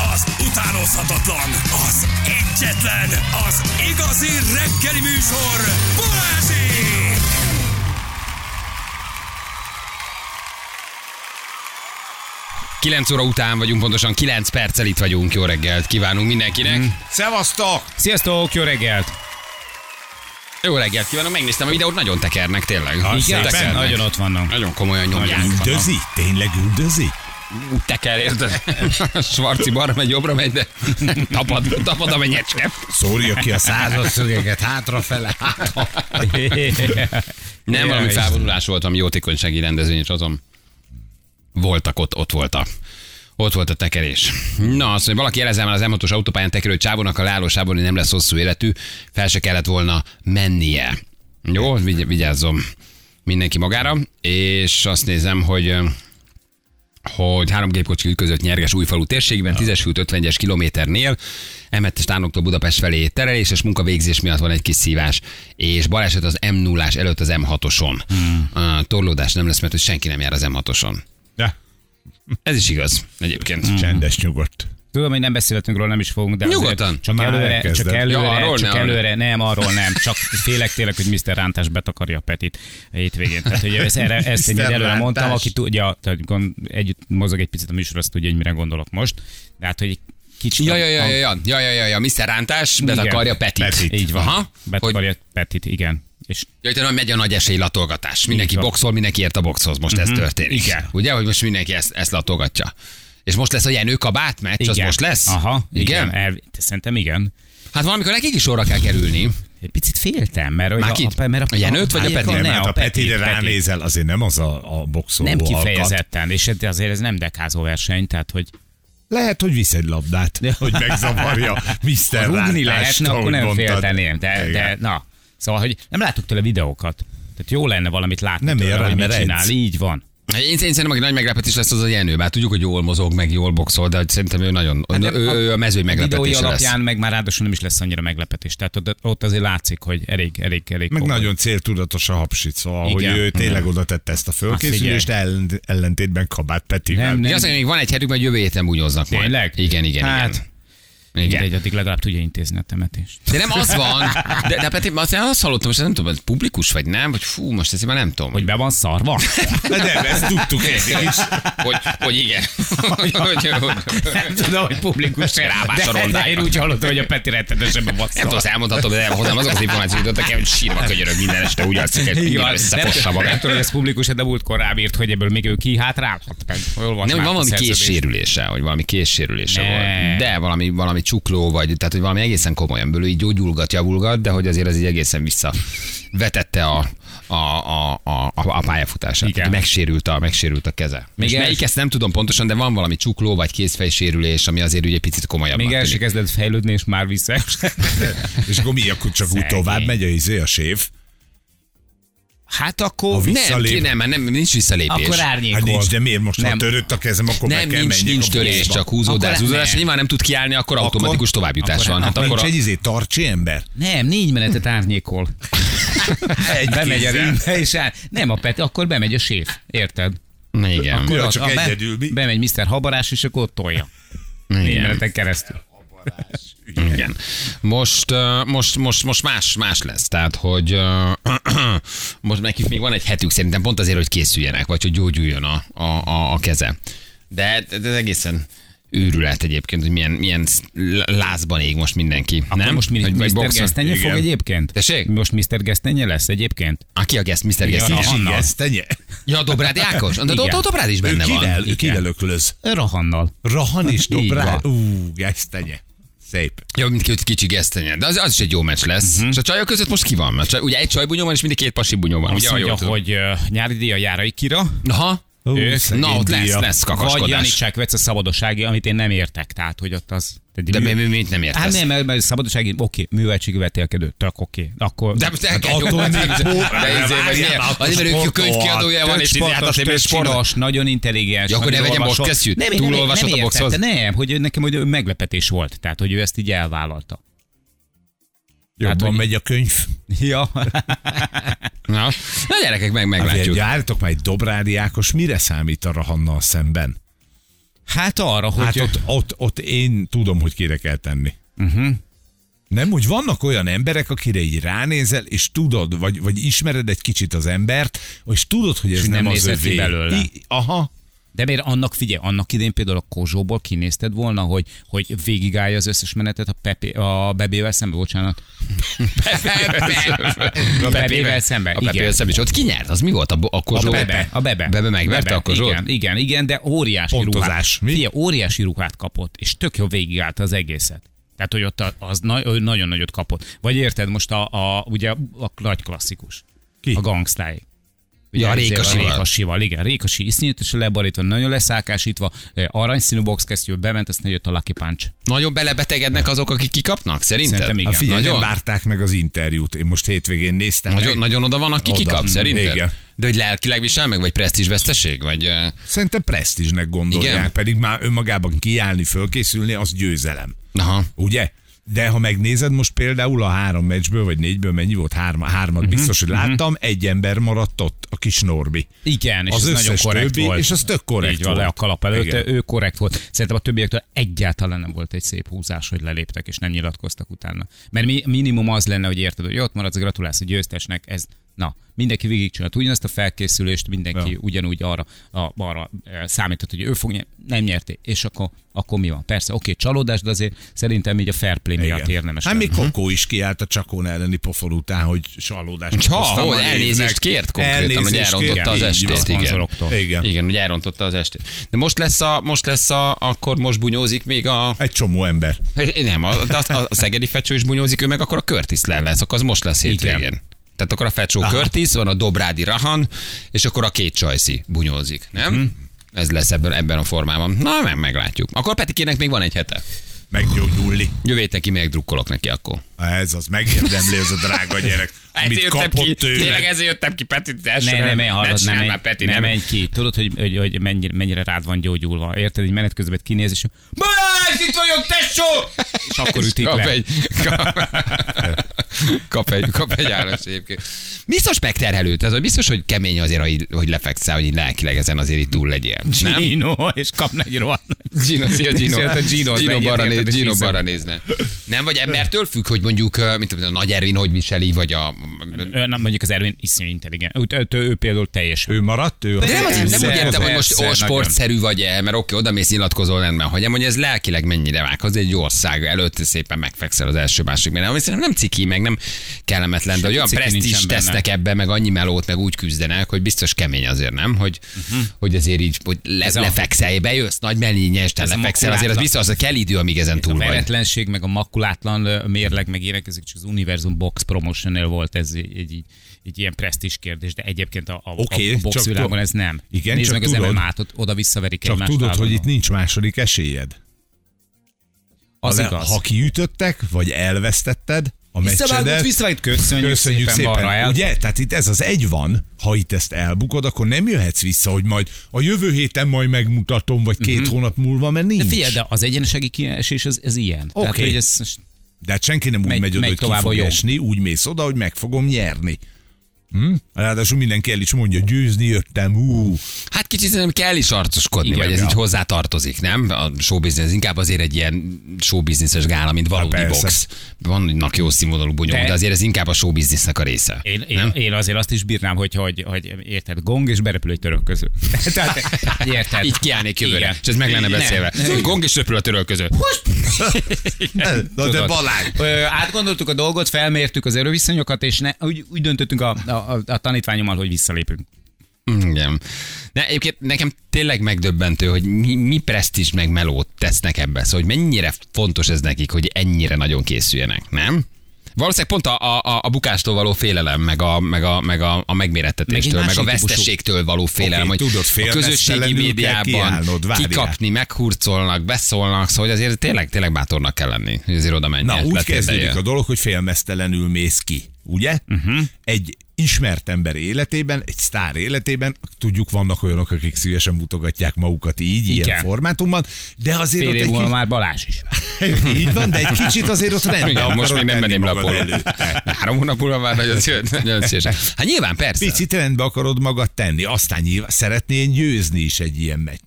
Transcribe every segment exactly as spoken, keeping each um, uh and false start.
az utánozhatatlan, az egyetlen, az igazi reggeli műsor, Balázsék! kilenc óra után vagyunk, pontosan kilenc perccel itt vagyunk. Jó reggelt kívánunk mindenkinek. Mm. Szevasztok! Sziasztok, jó reggelt! Jó reggelt kívánok, megnéztem a videót, nagyon tekernek tényleg. Igen, tekernek. nagyon ott vannak. Nagyon komolyan nyomják. Üldözi? Tényleg üldözi? Úgy teker, érted? Svarci balra megy, jobbra megy, de tapad, tapad a menyecske. Szórja ki a századszögeket hátrafele. Nem valami felvonulás volt, ami jótékonysági rendezvény, és azon voltak ott, ott volt a, ott volt a tekerés. Na, azt mondja, valaki jelezem el az M hatos autópályán tekerő csávónak a leállósában, hogy nem lesz hosszú életű, fel se kellett volna mennie. Jó, vigy- vigyázzom mindenki magára, és azt nézem, hogy hogy három gépkocsi ütközött Nyerges Újfalu térségben, tízes főút ötvenes kilométernél, M hetes Tárnoktól Budapest felé tereléses munkavégzés miatt van egy kis szívás, és baleset az M nullás előtt az M hatoson. Hmm. A torlódás nem lesz, mert hogy senki nem jár az M hatoson. De. Ez is igaz, egyébként. Hmm. Csendes, nyugodt. Tudom, hogy nem beszélhetünk róla, nem is fogunk, de nyugodtan. Csak Már előre, elkezded. csak előre, Ja, arról csak ne, előre, nem, arról nem, csak félek tényleg, hogy miszter Rántás betakarja a Petit a hétvégén. Tehát, hogy ezt, erre, ezt én előre Rántás. mondtam, aki tudja, tehát gond, együtt mozog egy picit a műsor, azt tudja, hogy mire gondolok most. De hát, hogy kicsit... Ja, ja, ja, ja, ja, ja, ja, ja, ja. miszter Rántás betakarja Petit. Petit. Így van. Aha. Betakarja Hogy- Petit, igen. És Ja, hogy megy a nagy esély latolgatás. Mindenki van. boxol, mindenki ért a boxhoz. Most ez történik. Igen. Ugye, hogy most mindenki ezt, ezt latolgatja. És most lesz a Jenő kabát meccs, az igen. most lesz? Aha, igen. Igen? El, szerintem igen. Hát valamikor nekik is sorra kell kerülni. Egy picit féltem, mert, Már a, kit? a, mert A Jenőt vagy a hát, Petit? ne, Mert a a Petire Petit. ránézel, azért nem az a, a boxoló Nem alkat. kifejezetten, és azért ez nem dekázó verseny, tehát hogy Lehet, hogy visz egy labdát, hogy megzavarja miszter ha Rántást, rúgni lehetne, akkor ahogy nem mondtad. félteném, de, Igen. de na. Szóval, hogy nem láttuk tőle videókat. Tehát jó lenne valamit látni Nem ér tőle, rá, hogy mit mert csinál. edz. Így van. Én, én szerintem, aki nagy meglepetés lesz, az a Jenő. Bár tudjuk, hogy jól mozog, meg jól boxol, de szerintem ő nagyon, Hát ő, ő, ő a mezőny videói meglepetése lesz. alapján meg már ráadásul nem is lesz annyira meglepetés. Tehát ott, ott azért látszik, hogy elég, elég, elég Meg komoly. nagyon céltudatos a hapsit, szóval, hogy Igen. ő tényleg oda tette ezt a fölkészülést, ellen, ellentétben Kabát Petivel. Nem, Igen, nem. azt mondja, még van egy hetük, mert jövő héten bunyóznak majd. Tényleg? Igen, igen, Hát, igen. Mindegy, Igen. addig legalább tudja intézni a temetést. De nem az van, de, de Peti, azt, azt hallottam, most nem tudom, ez publikus vagy nem, vagy fú, most ezt már nem tudom. Hogy be van szarva? De nem, ezt tudtuk eddig is. Hogy, hogy igen. hogy, hogy, hogy, Nem tudom, hogy publikus. Rábás a De, de rondára. én úgy hallottam, hogy a Peti rettenetesebben van nem tudom, szarva. azt elmondhatom, de hozzám azok az információk jutottak el, hogy sírva könyörög minden este, úgy alszik, hogy Igen, minden összefossa nem magát. tudom, hogy ez publikus, de múltkor rám írt, hogy ebből még ő kihátrálhat. Hol van Nem, hogy már van a valami szerződés? késsérülése, hogy valami késsérülése Ne. volt. De valami, valami csukló, vagy tehát, hogy valami egészen komolyan belül így gyógyulgat, javulgat, de hogy azért az így egészen visszavetette a, a, a, a, a pályafutását. Igen. Megsérült a, megsérült a keze. Még Még melyik els- ezt nem tudom pontosan, de van valami csukló, vagy kézfejsérülés, ami azért ugye egy picit komolyabb. Még el se kezdett fejlődni, és már vissza. És akkor mi, akkor csak úgy Szegény. tovább megy a izé, a sév? Hát akkor... A vi- Nem, visszalép. ki, nem, már nem, nincs visszalépés. Akkor árnyékol. Hát nincs, de miért most, ha Nem. törött a kezem, akkor Nem, meg kell nincs, menjek nincs a törés, buszba. csak húzódás, Akkor húzódás. ne. Nyilván nem tud kiállni, akkor automatikus továbbjutás akkor- van. Hát Hát akkor nincs a, egy izé, tartsi ember? Nem, négy menetet árnyékol. Egy Bemegy a kézzel. ringbe, és áll. Nem a Peti, akkor bemegy a séf. Érted? igen. Akkor Ja, az- csak a be- egyedül mi? Bemegy miszter Habarás, és akkor ott tolja. Négy igen. meneten keresztül. Igen. Most, uh, most, most, most más, más lesz. Tehát, hogy uh, most nekik még van egy hetük szerintem pont azért, hogy készüljenek, vagy hogy gyógyuljon a, a, a, a keze. De, de ez egészen őrület egyébként, hogy milyen, milyen lázban ég most mindenki. Akkor nem? most mi, Hogy- vagy miszter boxon- Gesztenye fog Igen. egyébként? Tessék? Most miszter Gesztenye lesz egyébként? Aki a geszt, miszter Igen, Gesztenye? a Hanna. Gesztenye? Ja, a Dobrád Ákos? De Igen. a Dobrád is Ő benne van. kivel, ő Igen. kivel öklöz? Rahannal. Rahan is Így Dobrád? van. Ú, Gesztenye. Szép. Ja, mint kicsi, kicsi gesztenye. De az, az is egy jó meccs lesz. Uh-huh. És a csajok között most ki van? Mert csaj, ugye egy csajbunyó van, és mindig két pasi bunyó van. Azt Ugye, ha jól mondja, tudom. hogy uh, nyári díja Járai Kira, Aha. Ú, Ők- szegény Na, ott lesz, díja. lesz vagy kakaskodás. Janicsák Vece szabadossági, amit én nem értek. Tehát, hogy ott az... De mi, mi, mit nem értesz? Hát nem, mert, mert szabadossági, oké, műveltségi vetélkedő, tök oké. Akkor... De, de, de, attól még de, bó- de, izé, vagy várjál, milyen? akkor Azért, mert ők sportolhat. könyvkiadója van, Tök és így hát sportos, azért, tök mert sport. csinos, nagyon intelligens. Ja, akkor ne nagyon vegyen olvasott. bostkesztyűt? Nem, én nem, Túlolvasott nem a boxhoz? értette, nem, hogy nekem hogy meglepetés volt. Tehát, hogy ő ezt így elvállalta. Jobban hogy- megy a könyv. Ja. Na, na gyerekek, meg Hát, meglátjuk. gyártok már egy Dobrádi Ákos, mire számít a Rahannal szemben? Hát arra, hogy... Hát ott, ott, ott én tudom, hogy kire kell tenni. Uh-huh. Nem, hogy vannak olyan emberek, akire így ránézel, és tudod, vagy, vagy ismered egy kicsit az embert, és tudod, hogy ez és nem, nem az övé. belőle. I, aha. De miért annak, figyelj, annak idén például a Kozsóból kinézted volna, hogy, hogy végigállja az összes menetet a, Pepe, a Bebével szemben, bocsánat. A Bebével szemben, A Bebével szemben, és ott ki nyert? Az mi volt a, a Kozsó? A Bebe. A Bebe. Bebe megverte Bebe. a Kozsót? Igen, igen, igen, de óriási Pontozás. ruhát. Mi? Figyelj, óriási ruhát kapott, és tök jó végigállta az egészet. Tehát, hogy ott az na- nagyon nagyot kapott. Vagy érted, most a, a, ugye a nagy klasszikus. Ki? A Gangstáig. Ja, a Rékasival. Rékasival, igen. Rékasi iszonyatosan leborítva, nagyon leszákásítva, aranyszínű boxkesztyű, bement, aztán jött a Lucky Punch. Nagyon belebetegednek azok, akik kikapnak, szerinted? Szerintem igen. Hát figyelj, Nagyon? nem várták meg az interjút. Én most hétvégén néztem. Nagyon, meg. nagyon oda van, aki Oda. kikap, szerinted? Igen. De hogy lelkileg visel meg, vagy presztízsveszteség? Vagy... eh, Szerintem presztízsnek gondolják, Igen? pedig már önmagában kiállni, fölkészülni, az győzelem. Aha. Ugye? De ha megnézed most például a három meccsből, vagy négyből mennyi volt? Hárma, hármat uh-huh, biztos, hogy láttam, uh-huh. egy ember maradt ott, a kis Norbi. Igen, és Az az nagyon összes korrekt többi, volt. és az tök korrekt Így van, le a volt. kalap előtt, Igen. ő korrekt volt. Szerintem a többiektől egyáltalán nem volt egy szép húzás, hogy leléptek, és nem nyilatkoztak utána. Mert mi, minimum az lenne, hogy érted, hogy ott maradsz, gratulálsz a győztesnek, ez, na, mindenki végigcsinált ugyanazt a felkészülést, mindenki Ja. ugyanúgy arra, a, arra számított, hogy ő fog nyerni, nem nyerté, és akkor, akkor mi van? Persze, oké, csalódás, de azért szerintem így a fair play miatt érdemes. Hát még lenni. Kokó is kiállt a Csakón elleni pofon után, hogy csalódást Csa, okoztam hogy a névnek. elnézést kért konkrétan, hogy Elnézést elrontotta kért, az így estét. van. Igen. Szponzoroktól. Igen. Igen, hogy elrontotta az estét. De most lesz a, most lesz a, akkor most bunyózik még a... Egy csomó ember. Nem, a, a, a szegedi fecső is bunyózik, ő meg akkor a Curtis lesz, akkor az most lesz hétvégén. Tehát akkor a fecsó Curtis, van a Dobrádi Rahan, és akkor a két Csajci bunyózik, nem? Mhm. Ez lesz ebben, ebben a formában. Na, meg meglátjuk. Akkor Petikének még van egy hete. Meggyógyulni. Jövő héten ki még drukkolok neki akkor. Ez az megérdemli, ez a drága gyerek. Amit Ezért jöttem ki, kapott tőle. tényleg ezért jöttem ki Petit. Ne, ne, ne, hallod, nem, nem, menj, Peti, nem nem. menj ki. Tudod, hogy, hogy, hogy mennyire, mennyire rád van gyógyulva. Érted, hogy menet közben kinéz, és Balázs, itt vagyok, tesó! És akkor ütik kap le. egy, kap, kap egy, kap egy áras egyébként. Biztos megterhelőt, ez biztos, hogy kemény azért, hogy, hogy lefekszel, hogy így lelkileg ezen azért így túl legyél. Nem? Gino, és kapna egy rohadt. Gino, szia Gino. Szia, te Gino, Gino, menj, balra, érted, néz, és Gino vissza. balra nézne. Nem, vagy embertől függ, hogy mondjuk, mint tudom, a Nagy Ervin hogy viseli, vagy a... Ö, nem, mondjuk az Ervin iszonyú intelligens. Ő, ő, ő például teljesen. Ő maradt? Ő De nem, azért, nem úgy Persze, értem, hogy most persze, ó, sportszerű vagy-e, mert oké, oda mész nyilatkozol rendben, hogy hogy ez lelkileg mennyire vág, az egy ország előtt szépen megfekszel az első másik, mert nem, nem ciki, meg nem kellemetlen, de Semmi hogy olyan ciki presztízs nincsen benne. tesznek ebbe, meg annyi melót, meg úgy küzdenek, hogy biztos kemény azért, nem? Hogy, uh-huh. hogy azért így, hogy le, Ez a- lefekszel, bejössz, nagy mellényes, te Ez a lefekszel, azért az makulátlan. biztos, az kell idő, amíg ezen A túl vagy. veretlenség, meg a makulátlan ö, mérleg, meg ilyenek, ezek csak az Universum Box Promotion-nél volt ez egy, egy, egy ilyen presztízs kérdés, de egyébként a, a, Oké, a box csak világon tu- ez nem. Igen, Nézd csak meg az tudod- em em á-t, oda visszaverik Csak egymást. tudod, hogy állandóan. itt nincs második esélyed. Az ha, igaz. ha kiütöttek, vagy elvesztetted a Visszavágott, meccsedet, visszavágott, köszönjük, köszönjük szépen, balra el. Ugye? Tehát itt ez az egy van, ha itt ezt elbukod, akkor nem jöhetsz vissza, hogy majd a jövő héten majd megmutatom, vagy két Mhm. hónap múlva, mert nincs. De figyelj, de az egyenesági kiesés az, ez ilyen. Oké. Tehát, hogy ez most De hát senki nem úgy Megy- megy, oda, megy hogy ki tovább fog a jog. esni, úgy mész oda, hogy meg fogom nyerni. Hm? Ráadásul mindenki el is mondja, győzni jöttem, ú. Hát kicsit nem kell is arcoskodni, Igen, vagy ez ja. így hozzá tartozik, nem? A showbiznisz inkább azért egy ilyen showbizniszes gála, mint valódi persze. box. Vannak jó színvonalú bunyók, De- de azért ez inkább a showbiznisznek a része. Én, én, nem? én azért azt is bírnám, hogy, hogy, hogy érted, gong és berepül egy török közül. Tehát, érted? Így kiállnék jövőre, Igen. és ez meg lenne Nem. beszélve. Gong és röpül a török között. Na de Tudod. Balázs. Ö, átgondoltuk a dolgot, felmértük az erőviszonyokat, és ne, úgy, úgy döntöttünk a, a, a, a tanítványommal, hogy visszalépünk. Igen. De egyébként nekem tényleg megdöbbentő, hogy mi, mi presztízs meg melót tesznek ebbe, szóval hogy mennyire fontos ez nekik, hogy ennyire nagyon készüljenek, nem? Valószínűleg pont a, a, a bukástól való félelem, meg a, meg a, meg a, a megmérettetéstől, Meg meg, egy a másik veszteségtől való félelem, Oké, hogy tudod, a közösségi félmeztelenül kell médiában kiállnod, várjál. kikapni, meghurcolnak, beszólnak, szóval hogy azért tényleg, tényleg bátornak kell lenni, hogy azért oda menjen. Na, úgy letérdeljél. kezdődik a dolog, hogy félmeztelenül mész ki, ugye? Uh-huh. Egy ismert ember életében, egy sztár életében, tudjuk, vannak olyanok, akik szívesen mutogatják magukat így, Igen. ilyen formátumban, de azért Fél ott év egy múlva kicsit, már Balázs is. így van, de egy kicsit azért ott rendben Igen, most még akarod nem tenni menném le a magad polra. előtte. Három hónap múlva már nagyon szívesen. Nagyon szívesen. Hát nyilván, persze. Picit rendbe akarod magad tenni, aztán nyilván szeretnél győzni is egy ilyen meccsen.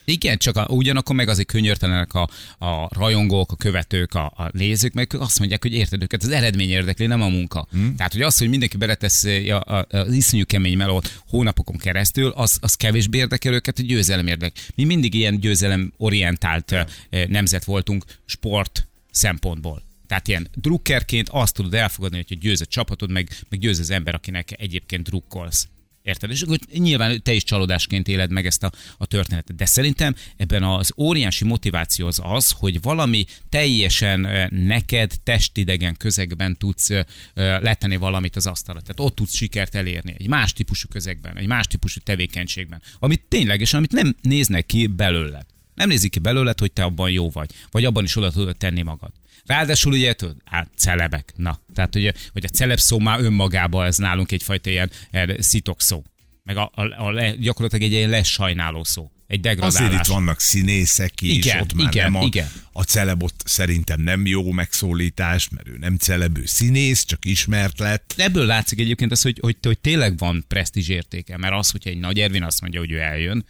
Igen, csak a, ugyanakkor meg azért könyörtelenek a, a rajongók, a követők, a, a nézők, meg azt mondják, hogy érted őket, az eredmény érdekli, nem a munka. Hmm. Tehát, hogy az, hogy mindenki beletesz a, a, az iszonyú kemény melót hónapokon keresztül, az, az kevésbé érdekel őket, hogy győzelem érdekel. Mi mindig ilyen győzelem-orientált ja. nemzet voltunk sport szempontból. Tehát ilyen drukkerként azt tudod elfogadni, hogy győz a csapatod, meg, meg győz az ember, akinek egyébként drukkolsz. Érted? És akkor nyilván te is csalódásként éled meg ezt a, a történetet. De szerintem ebben az óriási motiváció az az, hogy valami teljesen neked testidegen közegben tudsz letenni valamit az asztalra. Tehát ott tudsz sikert elérni. Egy más típusú közegben, egy más típusú tevékenységben. Amit ténylegesen, amit nem néznek ki belőled. Nem nézik ki belőled, hogy te abban jó vagy. Vagy abban is oda tudod tenni magad. Ráadásul ugye, tudod, hát celebek. Na, tehát ugye, hogy a celeb szó már önmagában ez nálunk egyfajta ilyen szitok szó. Meg a, a, a, gyakorlatilag egy ilyen lesajnáló szó. Egy degradálás. Azért itt vannak színészek is, igen, ott már igen, nem a, igen. a celeb ott szerintem nem jó megszólítás, mert ő nem celeb, ő színész, csak ismert lett. Ebből látszik egyébként az, hogy, hogy, hogy tényleg van presztízs értéke, mert az, hogyha egy Nagy Ervin azt mondja, hogy ő eljön,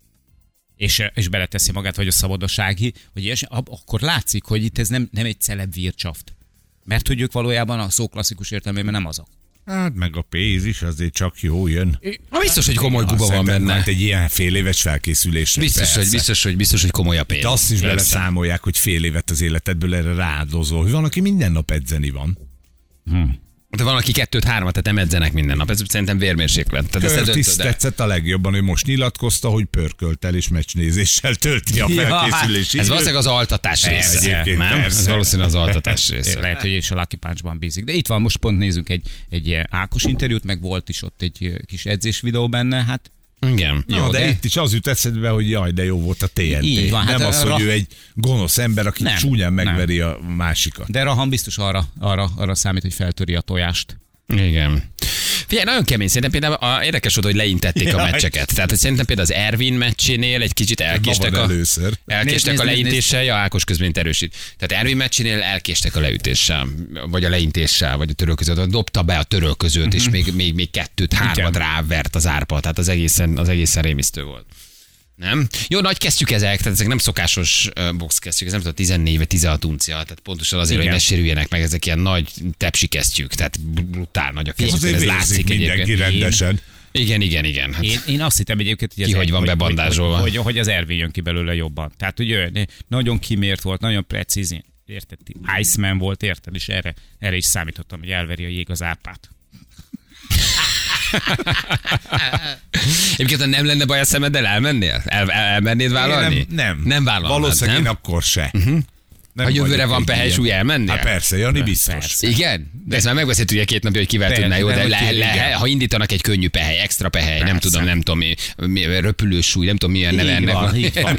és, és beleteszi magát, vagy a Szabadsági, hogy ilyesmi, akkor látszik, hogy itt ez nem, nem egy celeb vircsaft. Mert hogy ők valójában a szó klasszikus értelmében nem azok. Hát meg a pénz is azért csak jó jön. Ha biztos, hogy komoly guba van benne. Hát egy ilyen fél éves felkészülésre. Biztos, hogy, biztos, hogy, biztos, hogy komoly a pénz. De azt is beleszámolják, hogy fél évet az életedből erre rááldozol. Hogy van, aki minden nap edzeni van. Hmm. De van, aki kettőt, hármat, tehát nem edzenek minden nap. Ez szerintem vérmérséklet. Curtis tetszett a legjobban, hogy most nyilatkozta, hogy pörköltel és meccsnézéssel tölti a felkészülési. Ez valószínűleg az altatás része. Egyébként nem? Ez valószínűleg az altatás része. Lehet, hogy is a Lucky Punchban bízik. De itt van, most pont nézzünk egy, egy Ákos interjút, meg volt is ott egy kis edzés videó benne, hát igen. Jó, de, de itt is az jut eszedbe, hogy jaj, de jó volt a té en té. Így van, nem hát az, hogy ra... ő egy gonosz ember, aki nem, csúnyán megveri nem. a másikat. De Raham biztos arra, arra, arra számít, hogy feltöri a tojást. Igen. Figyelj, nagyon kemény. Szerintem például a, érdekes volt, hogy leintették Jaj. a meccseket. Tehát hogy szerintem például az Ervin meccsénél egy kicsit elkéstek a, először. elkéstek nézd, a leintéssel, nézd. Ja, Ákos közben erősít. Tehát Ervin meccsénél elkéstek a leütéssel, vagy a leintéssel, vagy a törölközőt. Dobta be a törölközőt, uh-huh. és még, még, még kettőt, hármat rávert az árpa. Tehát az egészen, az egészen rémisztő volt. Nem? Jó, nagy kesztyűk ezek, tehát ezek nem szokásos uh, boxkesztyűk, ez nem tudom, tizennégy vagy tizenhat uncia, tehát pontosan azért, igen. hogy ne sérüljenek meg ezek ilyen nagy tepsi kesztyűk, tehát brutál nagy a kesztyűk, ez látszik mindenki rendesen. Igen, igen, igen. Hát én, én azt hittem egyébként, hogy, ki, hogy van bebandázsolva. Hogy, hogy, hogy az Ervin jön ki belőle jobban. Tehát, hogy ő nagyon kimért volt, nagyon precíz, érted? Iceman volt, érted? És erre, erre is számítottam, hogy elveri a jég az árpát. Egyébként, ha nem lenne baj a szemeddel, elmennél? El, el, elmennéd vállalni? Nem, nem. Nem vállalnád, valószínűleg nem? én akkor se. Uh-huh. Ha jövőre van pehely elmennél? Hát persze, Jani biztos. Persze. Igen? De ezt már megbeszéltük ugye két napja, hogy kivel tudná, jó, de le, le, ha indítanak egy könnyű pehely, extra pehely, persze. nem tudom, nem tudom, mi, mi, röpülősúly, nem tudom, milyen neve ennek van.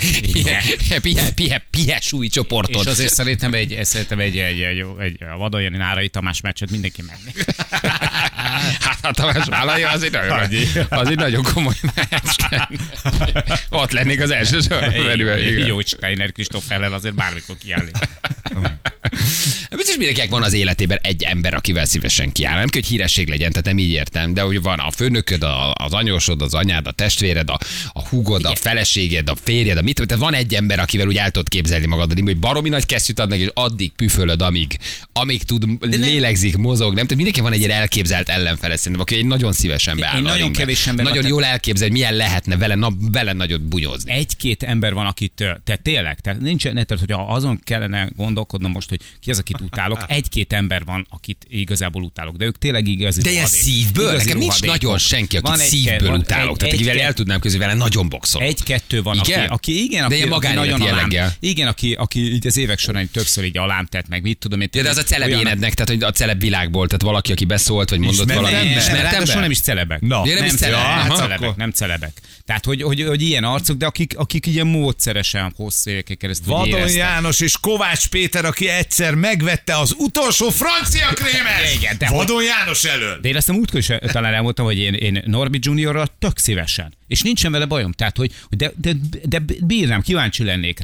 Pihe-súly csoportot. És azért szerintem egy, szerintem egy, egy, egy, egy a Vadon Jani Nárai Tamás meccset mindenki menni. Hát a Tamás Nárai az egy nagyon, az egy nagyon komoly meccs. Ott lennék az első sorban. Jócskainer Kristóf ellen azért bármikor kiállni. Biztos mindenkinek van az életében egy ember, akivel szívesen kiáll. Nem kell, hogy híresség legyen, tehát nem így értem, de hogy van a főnököd, az anyósod, az anyád, a testvéred, a, a húgod, igen. a feleséged, a férjed, a mit, tehát van egy ember, akivel úgy el tudod képzelni magad, hogy baromi nagy kesztyűt adnak, és addig püfölöd, amíg, amíg tud, lélegzik, mozog, nem? Tehát mindenki van egy ilyen elképzelt ellenfele, szerintem, aki egy nagyon szívesen beáll. Én nagyon kevés ember. Nagyon jól elképzel, milyen lehetne vele, na, vele nagyot bunyozni. Egy-két ember van, akit te tényleg, tehát nincs, ne, tehát, hogyha azon kellene gondolkodnom most, hogy ki az, akit utálok, egy-két ember van, akit igazából utálok, de ők tényleg igazi. De ilyen szívből? Nekem nincs nagyon senki, akit szívből egy, utálok, egy, tehát akivel el tudnám közül vele nagyon boxolok. Egy-kettő van, igen? Aki, aki igen, de aki, aki nagyon alám. Igen, aki, aki így az évek során többször így alám tett meg, mit tudom én. Ja, de az a celebénednek, tehát hogy a celeb világból, tehát valaki, aki beszólt, vagy mondott valami. Ráadásul nem is celebek. Nem celebek. Tehát, hogy, hogy, hogy ilyen arcok, de akik, akik ilyen módszeresen hosszú éveken keresztül Vadon János és Kovács Péter, aki egyszer megvette az utolsó francia krémet. Igen, de Vadon János elől. De én ezt a múltkor is talán elmondtam, hogy én, én Norbi Juniorral tök szívesen. És nincsen vele bajom. Tehát, hogy de, de, de bírnám, kíváncsi lennék rá.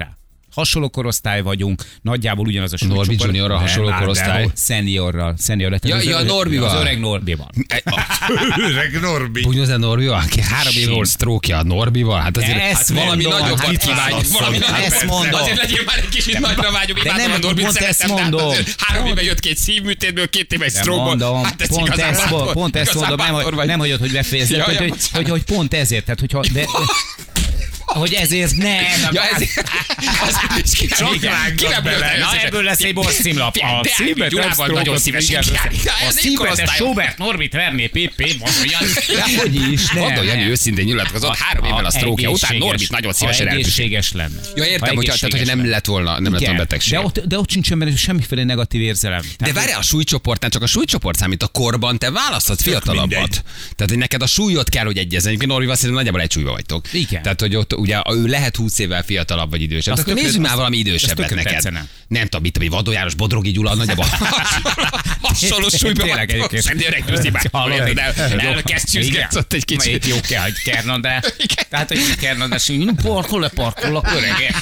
Hasonló korosztály vagyunk, nagyjából ugyanaz a Norbi súlycsoport. Juniorra De hasonló már, de korosztály. ho- Seniorral. Seniorral. Ja, Tehát ja, az- Norbival. Az öreg Norbival. Öreg Norbi. Bunyózza Norbival, aki három év volt sztrókja a Norbival, hát azért Ezt hát valami mondom, nagyokat hát kívánjuk. ezt Valami mondom, nagyokat. ezt mondom. Azért legyél már egy kicsit nagyra vágyunk, de imádom nem, a Norbit, pont ezt szeretem, de hát mondom. azért három éve jött két szívműtétből, két éve egy De sztrókból. mondom, Hát ez pont igazán ezt, bátor, pont ezt igazán mondom, nem, bátor hogy, vagy. nem hagyod, hogy befejezzed, Ja, hogy, ja, hogy, bocsánat. hogy, hogy pont ezért, tehát hogyha, de, hogy ezért nem. Ja, ezért. Az- és ki- Csak igen, rágnak ki nem bele. lőtte Na, össze? ebből lesz egy borszínlap. De- A de- szívbe Gyulával nagyon szívesen kiállít. Ja, A ez egy szívbe te korosztály. Sobert Norbit verné Pépé, mondja. Hogy is, nem. Mondom, Jani őszintén nyilatkozott, három évvel a sztrókja után egészséges- Norbit nagyon szívesen ha elpüsít. egészséges lenne. Ja, értem, Ha hogy, tehát, hogy egészséges nem lenne. lett volna, nem lett volna Igen, betegség. De ott, de ott sincsen benne semmiféle negatív érzelem. De Tehát, várjál, a súlycsoportnál csak a súlycsoport számít, a korban te választhatsz fiatalabbat. mindegy. Tehát, hogy neked a súlyot kell, hogy egyezzen. Egyébként Norbival szerintem nagyjából egy súlyba vagytok. Igen. Tehát, hogy ott ugye ő lehet húsz évvel fiatalabb vagy idősebb. Azt Tehát tökre- nézzük már azt- valami azt idősebbet tökre neked. tetszene. Nem tudom, mit tudom, Vadó János, Bodrogi Gyula, nagyjából hasonló súlyban Tényleg vagytok. egyébként. Szerintem öreg nőzimák. Hallod? Elkezdjük ott egy kicsit. Itt jó kell, hogy Kernande. Tehát, hogy Kernande, hogy parkol le, parkol a körege.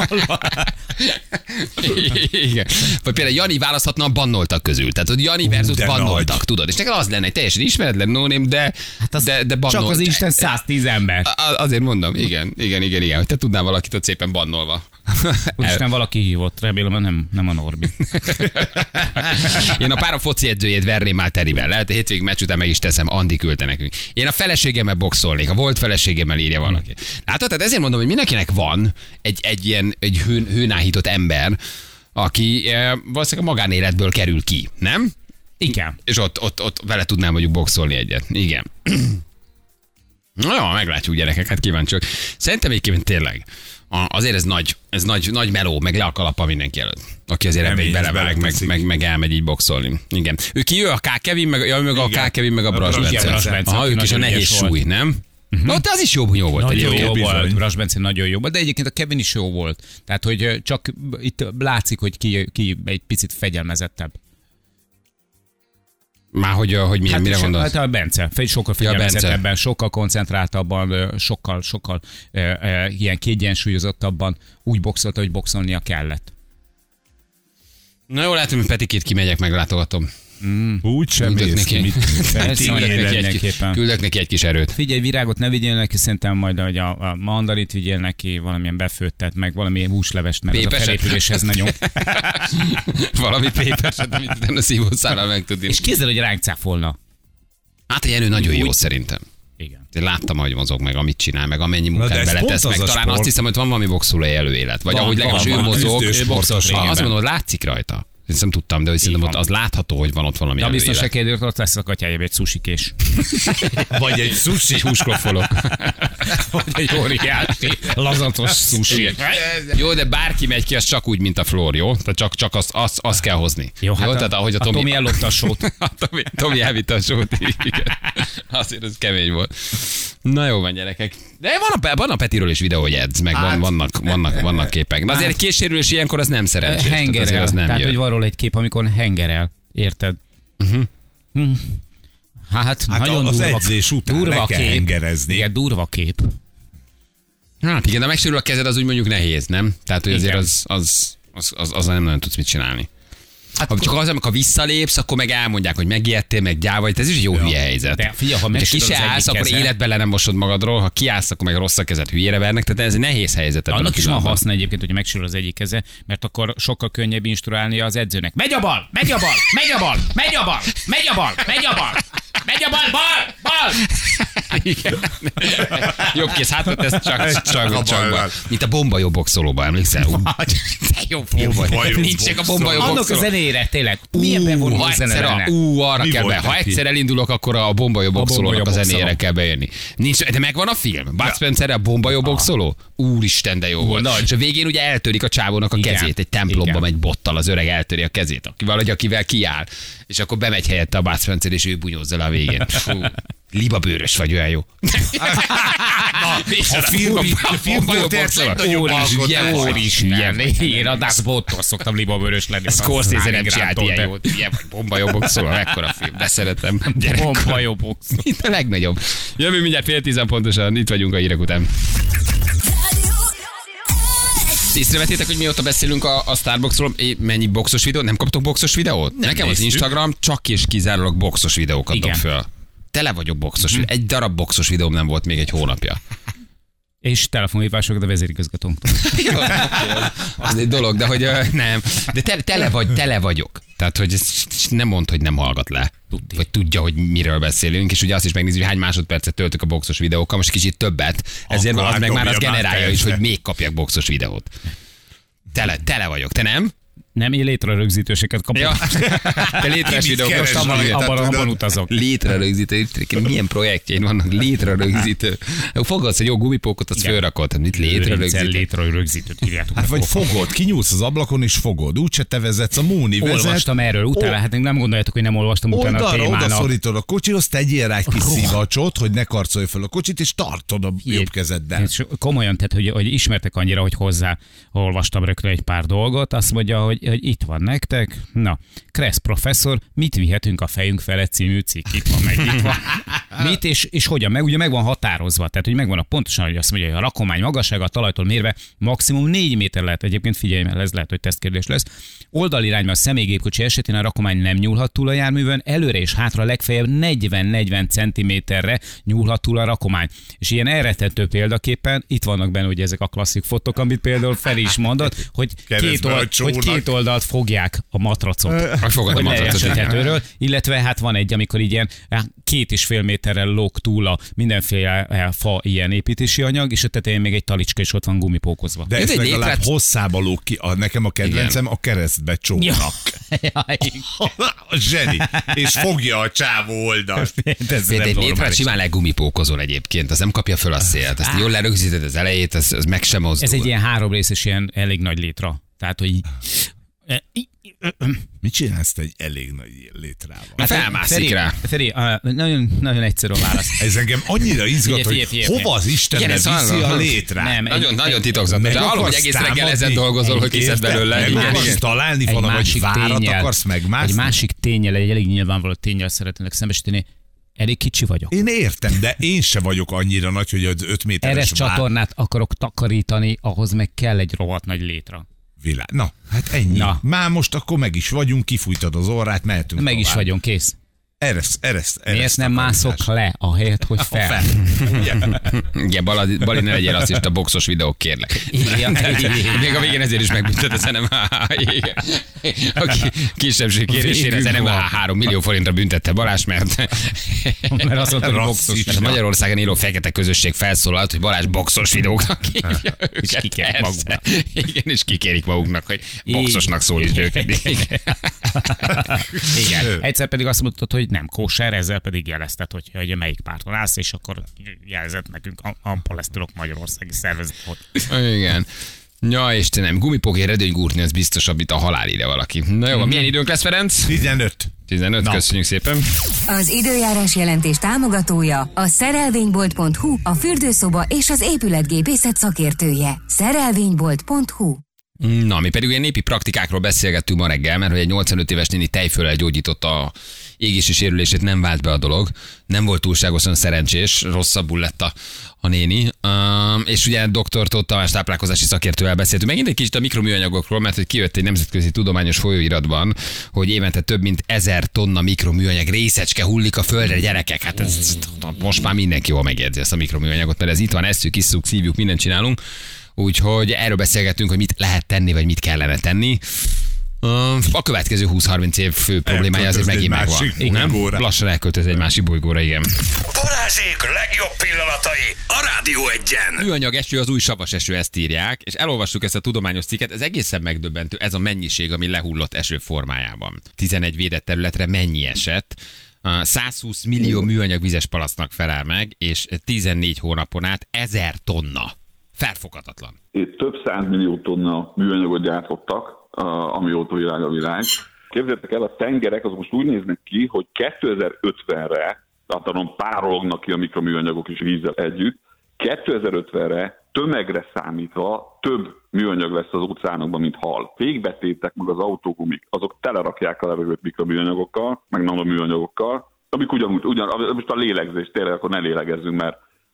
Igen. Vagy például Jani választhatna a bannoltak közül. Tehát, hogy Jani versus de bannoltak, nagy. tudod. És neked az lenne egy teljesen ismeretlen no-name, de, Hát az de, de bannolt. csak az Isten száztíz ember. A- Azért mondom, igen, igen, igen, igen, hogy te tudnál valakit ott szépen bannolva. Úristen, valaki hívott, remélem, hogy nem, nem a Norbi. Én a párom foci edzőjét verném már terivel. Lehet, a hétvégig meccs után meg is teszem, Andi küldte nekünk. Én a feleségemmel boxolnék, a volt feleségemmel írja valaki. Látod, tehát ezért mondom, hogy mindenkinek van egy, egy ilyen egy hőn, hőnáhított ember, aki e, valószínűleg a magánéletből kerül ki, nem? Igen. És ott, ott, ott vele tudnám mondjuk boxolni egyet. Igen. Na jó, meglátjuk gyerekek, hát kíváncsiak. Szerintem egyébként tényleg a- azért ez nagy, ez nagy, nagy meló, meg le a kalappa mindenki előtt. Aki azért ebbe így Remény, ez belevág, meg, beleteszik. meg, meg, elmegy így boxolni. Igen. Ő ki ő? A K. Kevin, meg, ja, meg a Igen. K. Kevin, meg a A Brass Brass Bence. Bence. Bence, Aha, aki ők is a nagyon nehéz ügyes volt. súly, nem? Na, ott az is jó bunyó volt. Nagyon egyébként. jó volt, bizony. Brass Bence nagyon jó volt, de egyébként a Kevin is jó volt. Tehát, hogy ö, csak itt látszik, hogy ki, ki egy picit fegyelmezettebb. Már hogy, hogy milyen, mire so- gondolsz? Hát a Bence, Fe- sokkal Ja, Bence. fegyelmezettebben, sokkal koncentráltabban, ö, sokkal, sokkal ö, ö, ilyen kiegyensúlyozottabban úgy boxolta, hogy boxolnia kellett. Na jó, látom, hogy Petikét kimegyek, meglátogatom. Úgy sem Küldök mész neki, ki, mit Persze, küldök majd neki, egy, mindenképpen. küldök neki egy kis erőt. Figyelj, virágot ne vigyél neki, szerintem majd hogy a, a mandarit vigyél neki, valamilyen befőttet, meg valamilyen húslevest, mert az a Pépeset. felépüléshez nagyon. Valami péperset, amit utána szívószállal meg tud És képzeld, hogy ránk cáfolna. Hát a Jenő nagyon jó Úgy- szerintem. Igen. Én láttam, hogy mozog, meg amit csinál, meg amennyi de munkát ez beletesz, pont meg az a talán sport. azt hiszem, hogy van valami boxolói előélet. Vagy Van, ahogy legalábbis van, ő van, mozog. küzdős Ő sport, boxol. régebben. Azt mondom, hogy látszik rajta. Én nem tudtam, de hogy szerintem ott van. az látható, hogy van ott valami De a előélet. biztonságkedvéért ott lesz a katyájában egy sushi-kés. Vagy egy sushi. Egy húskoffolok. Vagy egy óriási, lazatos sushi. Igen. Jó, de bárki megy ki, az csak úgy, mint a Flór, jó? Tehát csak, csak azt, azt, azt kell hozni. Jó, hát jó? a, Tehát ahogy a a Tomi... Tomi ellopta a sót. A Tomi, Tomi elvitte a sót. Igen. Azért ez kemény volt. Na jó van, gyerekek. De van a, van a Petiről is videó, hogy edz, meg van, Hát- vannak, vannak, vannak képek. De azért egy késsérülés ilyenkor az nem szerencsés. Tehát azért Hengerel. az nem Tehát, jön. hogy van róla egy kép, amikor hengerel. Érted? Uh-huh. Hm. Hát, Hát nagyon az durva, edzés után durva le kell kép. hengerezni. Igen, durva kép. Hát igen, de megsérül a kezed, az úgy mondjuk nehéz, nem? Tehát, hogy azért Igen. az, az, az, az, az nem nagyon tudsz mit csinálni. Hát, ha csak az, amikor visszalépsz, akkor meg elmondják, hogy megijedtél, meg gyáva vagy, ez is egy jó hülye helyzet. De figyelj, ha ha ki megsérül se az egyik állsz, akkor keze- életben le nem mosod magadról, ha kiállsz, akkor meg rossz a kezed, hülyére vernek, tehát ez egy nehéz helyzet. ebben Annak a is van pillanatban. haszna egyébként, hogy megsérül az egyik keze, mert akkor sokkal könnyebb instruálni az edzőnek. Megy a bal, megy a bal, megy a bal, megy a bal, megy a bal, megy a bal, megy a bal, bal, bal. Igen. Jobb kész hátat, ez csak, Csak csak, a csak, bal. mint a bomba jó boxolóba, emlékszel? Ú, de jó film Bomba vagy. jó Nincs a bomba jó Annak a boxoló. zenére, tényleg. Milyen Ú, bevonó ha zene egyszer, a, lenne. ú, arra Mi kell be. volt Ha neki? egyszer elindulok, akkor a bomba jó boxolónak a bomba jó zenére boxoló. kell bejönni. Nincs, de megvan a film? Bud Spencer, a bomba jó boxoló? Úristen, de jó volt. nagy. És a végén ugye eltörik a csávónak a Igen. kezét. Egy templomba Igen. megy bottal, az öreg eltöri a kezét. Aki valahogy, akivel kiáll. És akkor bemegy helyette a Bud Spencer, és ő bunyózza le a végén. Fú. Libabőrös vagy, olyan jó. A film, a filmtörténet legnagyobb alkotás. Úristen, én a Das Bottól szoktam libabőrös lenni. Scorsese nem csinált ilyen jót. Ilyen vagy bomba jó boxoló, mekkora film. De szeretem. Gyerekkor. Bomba jó box. Itt a legnagyobb. Jövő mindjárt fél tízen pontosan, itt vagyunk a hírek után. észrevettétek, hogy mióta beszélünk a, a Starbucksról, mennyi boxos videót? Nem kaptok boxos videót? Nem Nekem néztük. Az Instagram csak és kizárólag boxos videókat Igen. dob föl. Tele vagyok boxos videó. Egy darab boxos videóm nem volt még egy hónapja. És telefonhívásokat a vezérigazgatónktól. Jó, az egy dolog, de hogy ö, nem. De te, tele, vagy, tele vagyok. Tehát, hogy ezt nem mondd, hogy nem hallgat le. Tudti. Vagy tudja, hogy miről beszélünk, és ugye azt is megnézi, hogy hány másodpercet töltök a boxos videókkal, most kicsit többet. Ezért Akkor az meg már az dobja generálja már is, persze. hogy még kapjak boxos videót. Tele, tele vagyok. Te nem? Nem, én létrerögzítőseket kapok. Ja. Te létres Ki mit videók. keres Most Abban, rajta, abban, tudod? abban utazok. Létrerögzítő. Milyen projektjeid vannak? Létrerögzítő. Fogadsz egy jó gumipókot, azt Igen. fölrakod. Mit Létrerögzítő? létrerögzítő? Létrerögzítőt írjátok. Hát vagy fogod, kinyúlsz az ablakon és fogod. Úgyse te vezetsz, a Móni vezet. Olvastam erről, utána, hát nem gondoljátok, hogy nem olvastam utána a Oldalra oda témának. szorítod a kocsihoz, tegyél rá egy kis szivacsot, hogy ne karcolj fel a kocsit, és tartod a jobb kezeddel. És komolyan, tehát, hogy, hogy ismertek annyira, hogy hozzá olvastam rögtön egy pár dolgot, azt mondja, hogy, hogy itt van nektek. Na, Kressz professzor, mit vihetünk a fejünk felett című cikk. Itt van, meg itt van. Mit és, és hogyan? Meg ugye meg van határozva, tehát hogy megvan a pontosan, hogy azt mondja, hogy a rakomány magassága a talajtól mérve maximum négy méter lehet. Egyébként figyelj, mert ez lehet, hogy tesztkérdés lesz. Oldalirányban a személygépkocsi esetén a rakomány nem nyúlhat túl a járművön, előre és hátra legfeljebb negyven-negyven centiméterre nyúlhat túl a rakomány. És ilyen elrettentő példaképpen itt vannak benne ugye ezek a klasszik fotók, amit például Feri is mondott, hogy két, Keresztbe a old, hogy csónak. két oldalt fogják a matracot. Hogy fogod a Hogy matracot, lejjess a igen. tetőről, illetve hát van egy, amikor így ilyen hát két és fél méterrel lóg túl a mindenféle eh, fa ilyen építési anyag, és a tetején még egy talicska, és ott van gumipókozva. De ez egy legalább létrát- hosszába lóg ki. A, nekem a kedvencem a keresztbe csónak. Ja, A zseni. És fogja a csávó oldalt. ez Egy nem létrát normális. simán legumipókozol egyébként, az nem kapja föl a szélt. Azt jól lerögzíted az elejét, az, az meg sem mozdul. Ez egy ilyen három részes, ilyen elég nagy létra. Tehát, hogy Mit csinálsz te egy elég nagy létrával? Hát felmászik Feri, rá. Feri, ah, nagyon, nagyon egyszerű a válasz. Ez engem annyira izgat, Figyelj, hogy figyelj, figyelj. hova az Istenbe Igen, ezt viszi hallom. a létrát. Nem, Nagyon, egy- nagyon egy- titokzatos. Meg De hallom, hogy akarsz egész reggel támadni? ezen dolgozol, hogy kiszed Érted? belőle. Meg Igen, akarsz igen. találni egy valami, vagy másik várat ténnyel, akarsz megmászni? egy másik tényel, egy elég nyilvánvaló tényel szeretnének szembesíteni. Elég kicsi vagyok. Én értem, de én se vagyok annyira nagy, hogy az öt méteres Eres vár... csatornát akarok takarítani, ahhoz meg kell egy rohadt nagy létra. Világ. Na, hát ennyi. Na. Már most akkor meg is vagyunk, kifújtad az orrát, mehetünk Meg is tovább. vagyunk, kész. Ereszt, ereszt, Miért ereszt nem takarítás. mászok le, ahelyett, hogy fel? Fel. Igen, Bali, Bali ne legyél rasszista, boxos videók, kérlek. Igen. Még a végén ezért is megbüntet a zenem. A ki- kisebbség kérésére a zenem három millió forintra büntette Balázs, mert, Mert azt mondta, hogy boxos. Rasszista. mert a Magyarországon élő fekete közösség felszólalt, hogy Balázs boxos videóknak hívja őket. kikérik Persze. maguknak. Igen, és kikérik maguknak, hogy boxosnak szólít őket. Igen. Igen. Egyszer pedig azt mondtad, hogy nem kóser, ezzel pedig jelezted, hogy, hogy melyik párton állsz, és akkor jelzett nekünk a, a Palesztinok Magyarországi Szervezet. Hogy Igen. Ja, Istenem, gumipókér redőnygúrtni, az biztosabb, itt a halál ide valaki. Na jó, van, milyen időnk lesz, Ferenc? tizenöt. tizenöt, Na. köszönjük szépen. Az időjárás jelentés támogatója a szerelvénybolt pont hu, a fürdőszoba és az épületgépészet szakértője. szerelvénybolt pont hu. Na, mi pedig ilyen népi praktikákról beszélgettünk ma reggel, mert hogy egy nyolcvanöt éves néni tejföllel gyógyította a égési sérülését, nem vált be a dolog. Nem volt túlságosan szerencsés, rosszabbul lett a, a néni. Um, és ugye doktor Tóth Tamás táplálkozási szakértővel beszéltünk. Megint egy kicsit a mikroműanyagokról, mert hogy kijött egy nemzetközi tudományos folyóiratban, hogy évente több mint ezer tonna mikroműanyag részecske hullik a földre, gyerekek. Hát ez, ez, most már mindenki jól megjegyzi ezt a mikroműanyagot, mert ez itt van, esszük, isszuk, szívjuk, mindent csinálunk. Úgyhogy erről beszélgettünk, hogy mit lehet tenni, vagy mit kellene tenni. A következő húsz-harminc év fő problémája azért megint egy megvan. másik Nem? bolygóra. Lassan elköltöz egy másik bolygóra, igen. Balázsék legjobb pillanatai a Rádió Egyen. Műanyag eső az új savas eső, ezt írják, és elolvassuk ezt a tudományos cikket, ez egészen megdöbbentő, ez a mennyiség, ami lehullott eső formájában. tizenegy védett területre mennyi esett? százhúsz millió műanyag vizes palasznak felel meg, és tizennégy hónapon át ezer tonna. Felfoghatatlan. Itt több százmillió tonna műanyagot gyártottak, uh, amióta világ a világ. Képzeljétek el, a tengerek azok most úgy néznek ki, hogy kétezer-ötvenre, általában párolognak ki a mikroműanyagok is vízzel együtt, kétezer-ötvenre tömegre számítva több műanyag lesz az óceánokban, mint hal. Végbetétek meg az autógumik, azok telerakják a levegőt mikroműanyagokkal, meg nanoműanyagokkal, amik ugyanúgy, ugyan, most a lélegzés, tényleg akkor ne lélegezzünk, mert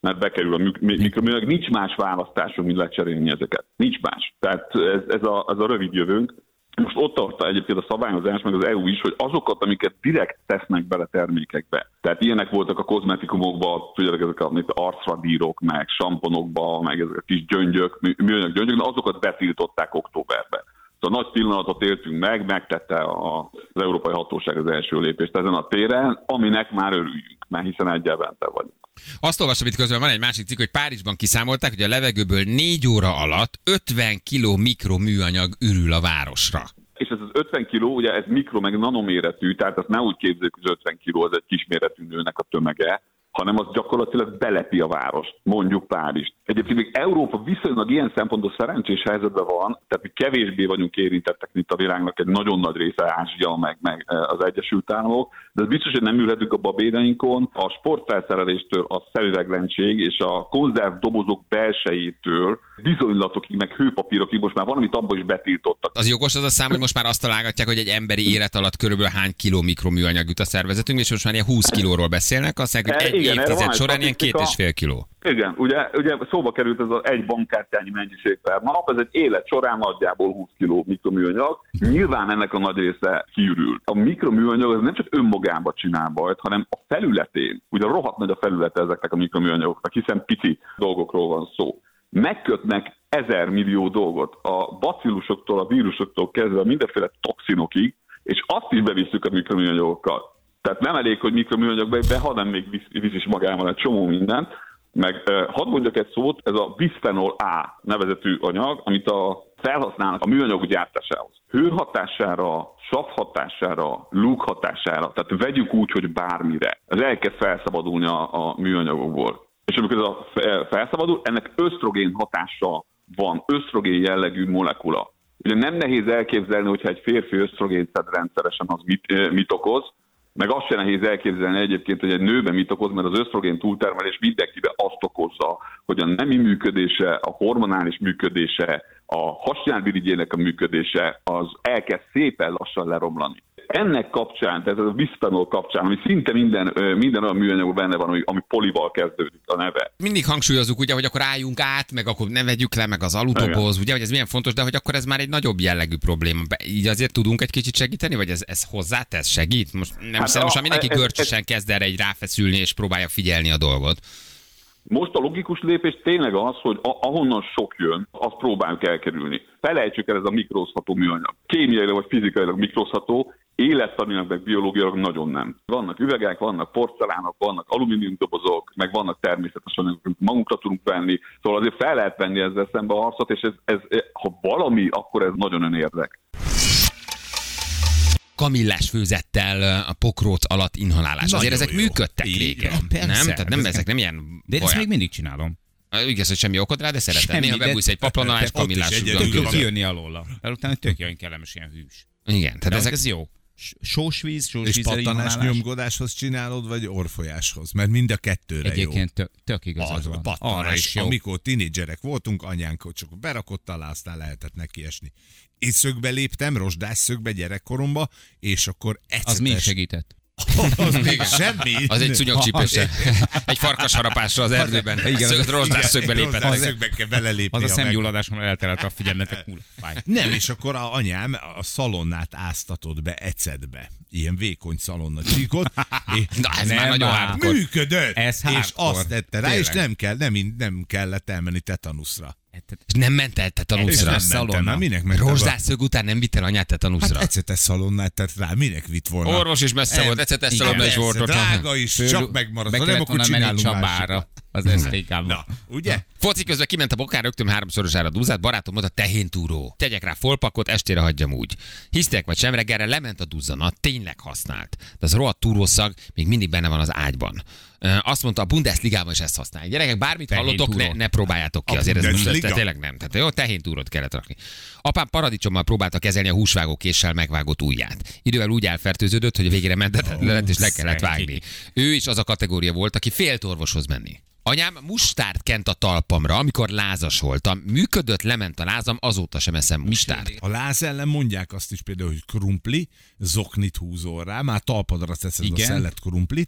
mert bekerül a mik- mikroműanyag, nincs más választásunk, mint lecserélni ezeket. Nincs más. Tehát ez, ez, a, ez a rövid jövőnk. Most ott tart egyébként a szabályozás, meg az é u is, hogy azokat, amiket direkt tesznek bele termékekbe. Tehát ilyenek voltak a kozmetikumokban, tudjátok, ezek a arcradírok, meg samponokba, meg ezek a kis gyöngyök, műanyag gyöngyök, de azokat betiltották októberben. Szóval nagy pillanatot éltünk meg, megtette az Európai Hatóság az első lépést ezen a téren, aminek már örüljünk, mert hiszen egyel bente vagyunk. Azt olvasom, itt közben van egy másik cikk, hogy Párizsban kiszámolták, hogy a levegőből négy óra alatt ötven kiló mikroműanyag ürül a városra. És ez az ötven kiló, ugye ez mikro meg nanoméretű, tehát azt ne úgy képzeljük, hogy az ötven kiló az egy kisméretű nőnek a tömege, hanem az gyakorlatilag belepi a várost, mondjuk Párizst. Egyébként még Európa viszonylag ilyen szempontból szerencsés helyzetben van, tehát mi kevésbé vagyunk érintettek, mint a világnak egy nagyon nagy része, Ázsia, meg, meg az Egyesült Államok, de ez biztos, hogy nem ülhetünk a babéreinkon. A sportfelszereléstől a szemüveglendség és a konzervdobozok belsejétől bizonylatokig, meg hőpapírokig most már valamit abban is betiltottak. Az jogos az a szám, hogy most már azt találgatják, hogy egy emberi élet alatt körülbelül hány kiló mikroműanyag jut a szervezetünk, és most már ilyen húsz kilóról beszélnek, azt mondják, hogy egy igen, évtized során ilyen két és fél kiló. Igen, ugye, ugye szóba került ez az egy bankkártyányi mennyiség per nap, ez egy élet során nagyjából húsz kiló mikroműanyag. Nyilván ennek a nagy része kiürül. A mikroműanyag az nem csak önmagában csinál bajt, hanem a felületén. Ugye rohadt nagy a felülete ezeknek a mikroműanyagoknak, hiszen pici dolgokról van szó. Megkötnek ezer millió dolgot, a bacillusoktól, a vírusoktól kezdve a mindenféle toxinokig, és azt is bevisszük a mikroműanyagokkal. Tehát nem elég, hogy mikroműanyagba be, hanem még visz, visz is magával egy csomó mindent. Meg eh, hadd mondjak egy szót, ez a bisphenol A nevezetű anyag, amit a felhasználnak a műanyagok gyártásához. Hőhatására, sav hatására, lúg hatására, tehát vegyük úgy, hogy bármire. Ez elkezd felszabadulni a, a műanyagokból. És amikor ez a felszabadul, ennek ösztrogén hatása van, ösztrogén jellegű molekula. Ugye nem nehéz elképzelni, hogyha egy férfi ösztrogént szed rendszeresen, az mit, mit okoz, meg azt sem nehéz elképzelni egyébként, hogy egy nőben mit okoz, mert az ösztrogén túltermelés mindenkiben azt okozza, hogy a nemi működése, a hormonális működése, a hasnyálmirigyének a működése, az elkezd szépen lassan leromlani. Ennek kapcsán, tehát ez a bisphenol kapcsán, ami szinte minden, minden olyan műanyagban benne van, ami, ami polival kezdődik a neve. Mindig hangsúlyozunk, ugye, hogy akkor álljunk át, meg akkor ne vegyük le, meg az alutoboz, ugye, hogy ez milyen fontos, de hogy akkor ez már egy nagyobb jellegű probléma. Így azért tudunk egy kicsit segíteni, vagy ez, ez hozzátesz, segít? Most nem hát szerintem, most mindenki ez, görcsösen ez, kezd erre egy ráfeszülni, és próbálja figyelni a dolgot. Most a logikus lépés tényleg az, hogy ahonnan sok jön, azt próbáljuk elkerülni. Felejtsük el, ez a mikrozható műanyag. Kémiailag vagy fizikailag mikrozható, élettanilag meg biológiailag nagyon nem. Vannak üvegek, vannak porcelánok, vannak alumíniumdobozok, meg vannak természetes anyagok, amit magunkra tudunk venni. Szóval azért fel lehet venni ezzel szembe a harcot, és ez, ez, ha valami, akkor ez nagyon önérdek. Kamillás főzettel a pokróc alatt inhalálás. Nagyon azért ezek jó. Működtek régen, nem? Tehát nem, ezek nem ilyen de ezt még mindig csinálom. Igaz, hogy semmi okod rá, de szeretem. Semmi, néha bebújsz egy paplan és kamillás. Tök kijönni alóla. Utána tök olyan kellemes, ilyen hűs. Igen, tehát ezek... ez jó. Sós víz, sós víz. És pattanás nyomgodáshoz csinálod, vagy orfolyáshoz? Mert mind a kettőre egyébként jó. Tök, tök igazad van. Pattanás, amikor tinédzserek voltunk, anyánk csak berakott alá, aztán lehetett neki esni. Én szögbe léptem, rozsdás szögbe gyerekkoromba, és akkor ecetes... Az még segített. Az még semmi. Az egy szúnyogcsípőse. Egy farkas harapásra az erdőben. Igen, szög, rozsdás szögbe lépett. Az szögbe kell belelépni. Az a szemgyulladáson elterelt a figyelmetek múl. Nem, és akkor a anyám a szalonnát áztatott be ecetbe. Ilyen vékony szalonna csíkot. Na, ez már nagyon hardcore. Működött. Ez és azt tette rá, és nem, kell, nem, nem kellett elmenni tetanuszra. És nem ment el tetanuszra? Nem mentem, már minek mentem? Rozsdászög után nem vitt el anyát tetanuszra? Hát ecetes szalonnát tett rá, minek vitt volna? Orvos is messze volt, ecetes szalonna is volt. Drága is, csak megmaradt. Nem, akkor csinálunk másikat. Az ez inkább. Na, ugye? Foci közben kiment a bokár, rögtön háromszorosára dúzát, barátom oda tehéntúró. Tegyek rá folpakot, estére hagyjam úgy. Hisztek vagy sem, reggelre lement a duzzanat, tényleg használt. De az rohadt túrószag még mindig benne van az ágyban. Azt mondta, a Bundesligában is ezt használják. Gyerekek, bármit hallotok, ne, ne próbáljátok ki. Azért ez most tényleg nem. Tehát jó, tehéntúrót kellett rakni. Apám paradicsommal próbálta kezelni a húsvágó késsel megvágott ujját. Idővel úgy elfertőződött, hogy a végére mentetlen lett, és le kellett vágni. Ő is az a kategória volt, aki félt orvoshoz menni. Anyám mustárt kent a talpamra, amikor lázas voltam. Működött, lement a lázam, azóta sem eszem mustárt. A láz ellen mondják azt is például, hogy krumpli, zoknit húzol rá, már talpadra teszed a szellet krumplit,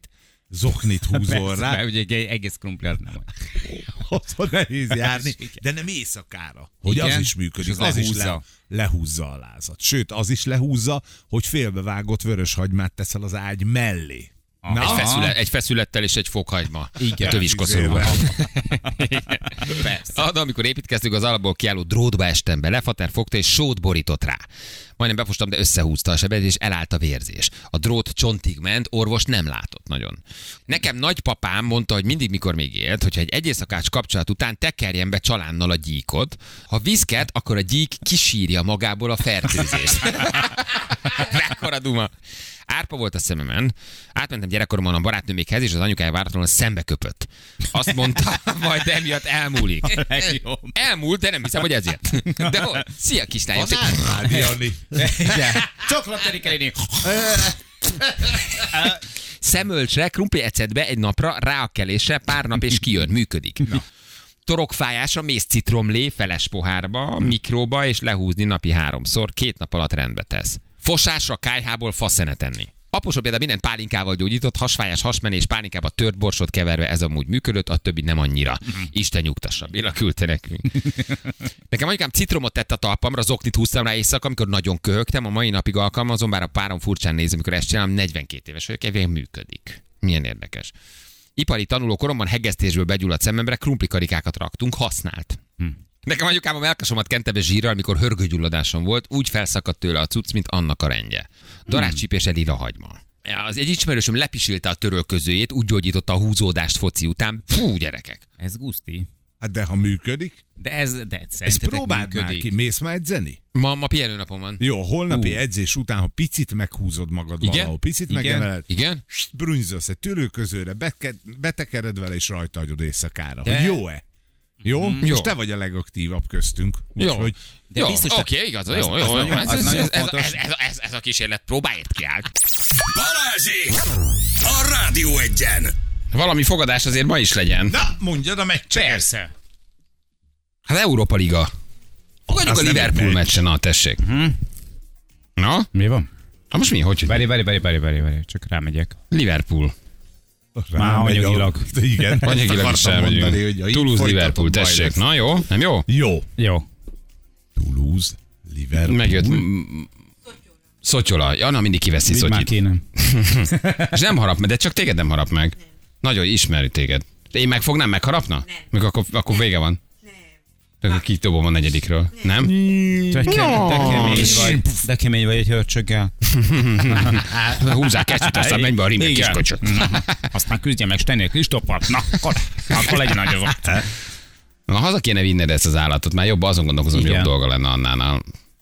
zoknit húzol rá, Mert ugye egy egész krumpli az nem. otthon nehéz járni, de nem éjszakára, hogy Igen? az is működik, És az az is lehúzza. le, lehúzza a lázat. Sőt, az is lehúzza, hogy félbevágott vöröshagymát teszel az ágy mellé. Aha. Egy, feszület, egy feszülettel és egy fokhagyma. Igen. A töviskoszorúval. Persze. Ah, de amikor építkeztünk, az alapból kiálló drótba estem be, lefater fogta és sót borított rá. Majdnem befostam, de összehúzta a sebet, és elállt a vérzés. A drót csontig ment, orvos nem látott nagyon. Nekem nagypapám mondta, hogy mindig, mikor még élt, hogyha egy egyészakás kapcsolat után tekerjen be csalánnal a gyíkot, ha viszket, akkor a gyík kisírja magából a fertőzést. Mekkora duma. Árpa volt a szememen, átmentem gyerekkoromban a barátnőmékhez, és az anyukája váratlanul szembe köpött. Azt mondta, majd emiatt elmúlik. Elmúlt, de nem hiszem, hogy ezért. De hol? Szia, kislányom! Az Árpád Jani. Csokolomterikelini. Szemölcsre, krumpli ecetbe egy napra, rá a kelésre, pár nap és kijön, működik. Torokfájásra mész citromlé, feles pohárba, mikróba, és lehúzni napi háromszor, két nap alatt rendbe tesz. Fosásra, kályhából faszenet enni. Apusom például mindent pálinkával gyógyított, hasfájás, hasmenés, pálinkába tört borsot keverve, ez amúgy működött, a többi nem annyira. Isten nyugtassa, Béla küldte nekünk. Nekem anyukám citromot tett a talpamra, zoknit húztam rá éjszaka, amikor nagyon köhögtem, a mai napig alkalmazom, bár a párom furcsán néz, amikor ezt csinálom, negyvenkét éves vagyok, ezért működik. Milyen érdekes. Ipari tanuló koromban hegesztésből begyulladt szememre krumplikarikákat raktunk, használt. Hm. Nekem anyukám a melkasomat kente be zsírral, amikor hörgőgyulladásom volt, úgy felszakadt tőle a cucc, mint annak a rendje. Darázscsípés elír a hagyma. Az egy ismerősöm lepisilte a törölközőjét, úgy gyógyította a húzódást foci után. Fú, gyerekek! Ez guszti. Hát de ha működik, De ez, de ezt szerintetek próbáld már működik? ki. Mész már edzeni? Ma, ma pihenőnapom van. Jó, holnapi uh. edzés után, ha picit meghúzod magad Igen? valahol, picit Igen? megemeled, Igen? brunzolsz egy törőközőre, beke, betekered vele, és rajta hagyod éjszakára. De- Hogy jó-e? Jó? Mm, Most jó. te vagy a legaktívabb köztünk. Jó. Úgyhogy De jó, biztos, oké, okay, igaz, jó, jó, az jó. nagyon- Ez, az ez, nagyon ez, ez, fontos. ez, ez, ez, ez a kísérlet próbáért kiállt. Balázsék! A Rádió Egyen! Valami fogadás azért ma is legyen. na, mondjad a meccset. Persze. Hát Európa Liga. Fogadjuk Az a nem Liverpool egy meccs. meccsen, na tessék. Na? Mi van? Ha most mi? Hogy? Várj, várj, várj, várj, várj, várj, csak rámegyek. Liverpool. Rámegy a- anyagilag. Igen. Anyagilag is Akartam mondani, elmegyünk. hogy ha így Toulouse, folytatod, Liverpool, baj tessék. lesz. Na jó? Nem jó? Jó. Jó. Toulouse, Liverpool. Megjött. Szotyola. Ja, na mindig kiveszi Vidd már Szotyit. kéne. És nem harap meg, de csak téged nem harap meg. Nagyon ismeri téged. Én megfognám, megharapna? Meg akkor, akkor vége van. Nem. Akkor kitobom a negyedikről. Nem? De, ke- de kemény vagy. De kemény vagy egy hörcsöggel. Húzzák kecsit, aztán menj be a rímek Igen. kiskocsot. Aztán küzdjen meg Stenél Kristóffal. Na, akkor, akkor legyen nagy azok. Na, haza kéne vinned ezt az állatot, már jobb azon gondolkozom, hogy Igen. jobb dolga lenne annál.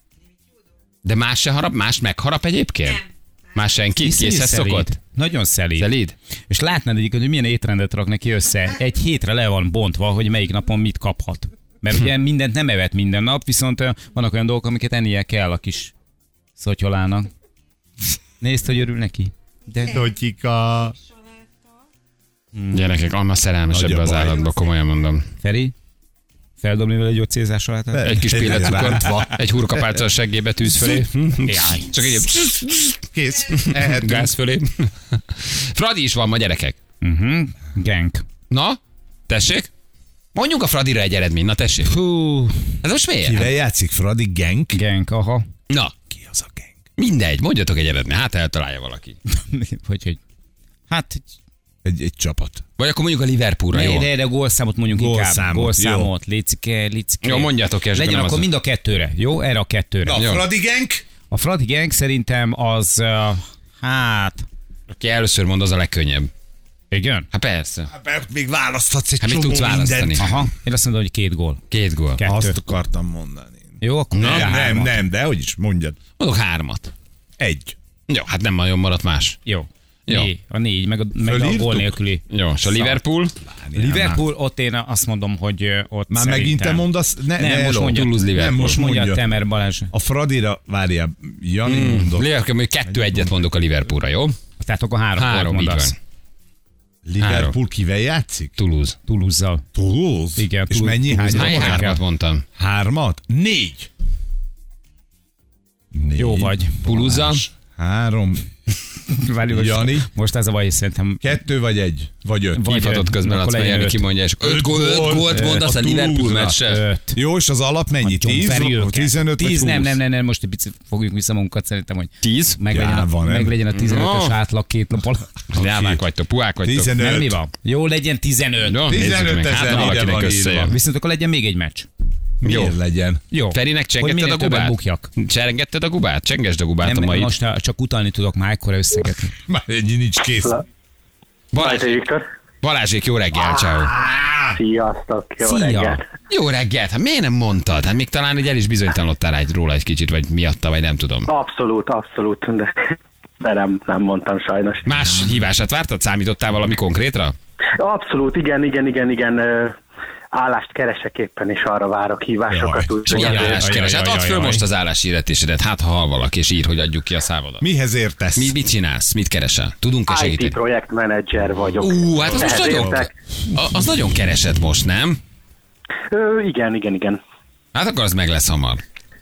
De más se harap? Más megharap egyébként? Más senki? Készhez szokott? Nagyon szelíd. Szelíd? És látnád egyébként, hogy milyen étrendet rak neki össze. Egy hétre le van bontva, hogy melyik napon mit kaphat. Mert ugye mindent nem evett minden nap, viszont ö, vannak olyan dolgok, amiket ennie kell a kis szotyolának. Nézd, hogy örül neki. De Dotyika. Gyerekek, alma szerelmes Nagy a ebbe az baj. állatba, komolyan mondom. Feri, feldobni vele egy gyógycézás salátát? Egy kis Egy pillecukor, rántva. egy hurkapálca a seggébe tűz fölé. Jaj. Csak egy Kész. Ehetünk. gáz fölé. Fradi is van ma, gyerekek. Uh-huh. Genk. Na, tessék? Mondjuk a Fradira egy eredmény, na tessék. Hú, Ez most miért? Kivel játszik? Fradi Genk? Genk, aha. Na, Ki az a Genk? mindegy, mondjatok egy eredmény, hát eltalálja valaki. hogy, hogy. Hát, Egy, egy csapat. Vagy akkor mondjuk a Liverpoolra, ne, jó? de, de gólszámot mondjunk inkább. Gólszámot, Gólszámot, lécike, lécike. Jó, mondjátok, és Legyen nem akkor az- mind a kettőre, jó? Erre a kettőre. Na, Jó. Fradi Genk? A Fradi Genk szerintem az, uh, hát, Aki először mond, az a legkönnyebb. igen? Hát persze. Hát még választhatsz egy Hát még csomó tudsz választani. mindent. Aha, én azt mondom, hogy két gól. Két gól. Kettő. Azt akartam mondani. Jó, akkor Nem, mondjál nem, hármat. nem, de hogy is, mondjad. Mondok hármat. Egy. Jó, hát nem nagyon maradt más. Jó. Jó. Négy, a négy, meg a, meg a Fölírtuk? gól nélküli. Jó, és a Liverpool? Liverpool, ott én azt mondom, hogy ö, ott Már szerintem... megint te mondasz? Ne, Nem, ne, most Elo. mondja. Toulouse, Liverpool. Nem, Most most mondja mondja. te, mert Balázs. A Fradira, várjál, Jani hmm. mondott. Liverpool, még kettő egyet mondok a Liverpoolra, jó? Tehát akkor három, Három, gólt így mondasz. van. Liverpool kivel játszik? Toulouse. Toulouse-zal. Toulouse? Igen, És Toulouse- mennyi? Hány Toulouse-zal. Hány dobott? hármat mondtam? Hármat? Négy. Négy. Jó vagy. Toulouse-zal? Három. Várjuk, most- Jani? Most ez a baj, szerintem Kettő vagy egy? Vagy öt? Vagy Hívhatod öt. közben, Akkor azt legyen mondja, öt. ki mondja, és öt Öt gól- öt gólt, gólt mondasz a a Liverpool Toulouse-ra. meccsen. öt. Jó, és az alap mennyi? John tíz? Ferry őket. tizenöt vagy tíz, nem, húsz? nem, nem, nem, most egy picit fogjuk vissza magunkat, szerintem, hogy Tíz? meglegyen, Já, a, van, nem? meglegyen a tizenötös No. átlag két nap alatt. Nyálmák vagytok, puhák vagytok. tizenöt. Nem, mi van? Jó, legyen tizenöt. No, nézzük tizenöt meg. ezer Hát, ide valakinek van összejön. írva. Viszont akkor legyen még egy meccs. Miért Jó. legyen? Jó. Ferinek Hogy csengetted minél a többet gubát? bukjak. Csengetted a gubát? Csengesd a gubát a Nem, mai. most á, csak utalni tudok már ekkora összeget. Már ennyi nincs kész. Balázs, Viktor. Balázsék, jó reggel, ciao. Sziasztok, jó Szia. reggelt. Jó reggelt, hát miért nem mondtad? Hát még talán így el is bizonytalanodtál egy róla egy kicsit, vagy miatta, vagy nem tudom. Abszolút, abszolút, de, de nem, nem mondtam sajnos. Más hívását vártad? Számítottál valami konkrétra? Abszolút, igen, igen, igen, igen. ö, Állást keresek éppen, és arra várok hívásokat. Jaj. Úgyhogy Csak Jaj, egy azért- állás jaj, keres. jaj, Hát add jaj, föl jaj. most az álláshirdetésed, hát ha hal valaki, és ír, hogy adjuk ki a számodat. Mihez értesz? Mi, mit csinálsz? Mit keresel? Tudunk-e i té segíteni? projektmenedzser vagyok. Ú, hát az most Ehhez nagyon, értek. a- az nagyon keresett most, nem? Ö, igen, igen, igen. Hát akkor az meg lesz hamar.